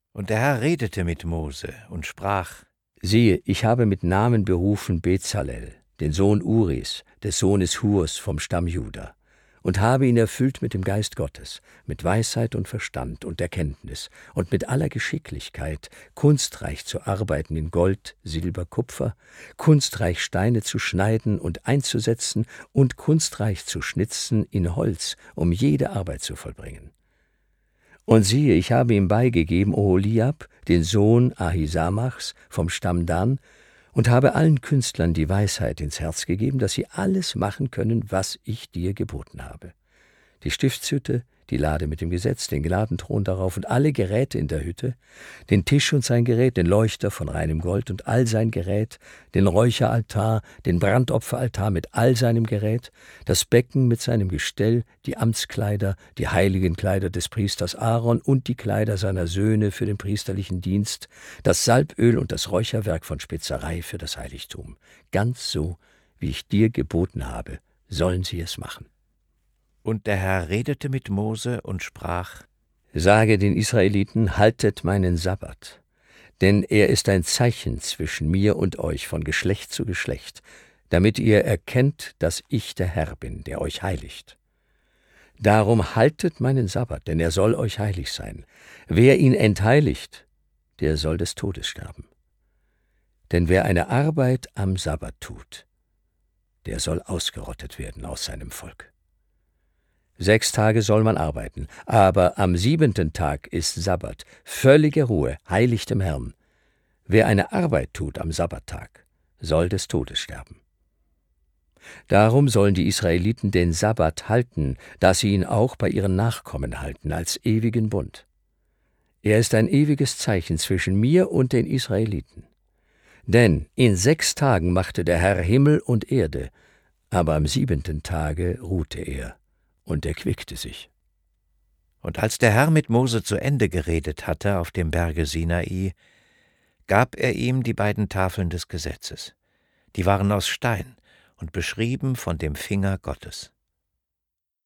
Und der Herr redete mit Mose und sprach: Siehe, ich habe mit Namen berufen Bezalel, den Sohn Uris, des Sohnes Hurs vom Stamm Juda, und habe ihn erfüllt mit dem Geist Gottes, mit Weisheit und Verstand und Erkenntnis und mit aller Geschicklichkeit, kunstreich zu arbeiten in Gold, Silber, Kupfer, kunstreich Steine zu schneiden und einzusetzen und kunstreich zu schnitzen in Holz, um jede Arbeit zu vollbringen. Und siehe, ich habe ihm beigegeben Oholiab, den Sohn Ahisamachs vom Stamm Dan, und habe allen Künstlern die Weisheit ins Herz gegeben, dass sie alles machen können, was ich dir geboten habe. Die Stiftshütte, die Lade mit dem Gesetz, den Gnadenthron darauf und alle Geräte in der Hütte, den Tisch und sein Gerät, den Leuchter von reinem Gold und all sein Gerät, den Räucheraltar, den Brandopferaltar mit all seinem Gerät, das Becken mit seinem Gestell, die Amtskleider, die heiligen Kleider des Priesters Aaron und die Kleider seiner Söhne für den priesterlichen Dienst, das Salböl und das Räucherwerk von Spezerei für das Heiligtum. Ganz so, wie ich dir geboten habe, sollen sie es machen. Und der Herr redete mit Mose und sprach: Sage den Israeliten, haltet meinen Sabbat, denn er ist ein Zeichen zwischen mir und euch von Geschlecht zu Geschlecht, damit ihr erkennt, dass ich der Herr bin, der euch heiligt. Darum haltet meinen Sabbat, denn er soll euch heilig sein. Wer ihn entheiligt, der soll des Todes sterben. Denn wer eine Arbeit am Sabbat tut, der soll ausgerottet werden aus seinem Volk. 6 Tage soll man arbeiten, aber am 7. Tag ist Sabbat, völlige Ruhe, heilig dem Herrn. Wer eine Arbeit tut am Sabbattag, soll des Todes sterben. Darum sollen die Israeliten den Sabbat halten, dass sie ihn auch bei ihren Nachkommen halten, als ewigen Bund. Er ist ein ewiges Zeichen zwischen mir und den Israeliten. Denn in 6 Tagen machte der Herr Himmel und Erde, aber am 7. Tage ruhte er und erquickte sich. Und als der Herr mit Mose zu Ende geredet hatte auf dem Berge Sinai, gab er ihm die 2 Tafeln des Gesetzes. Die waren aus Stein und beschrieben von dem Finger Gottes.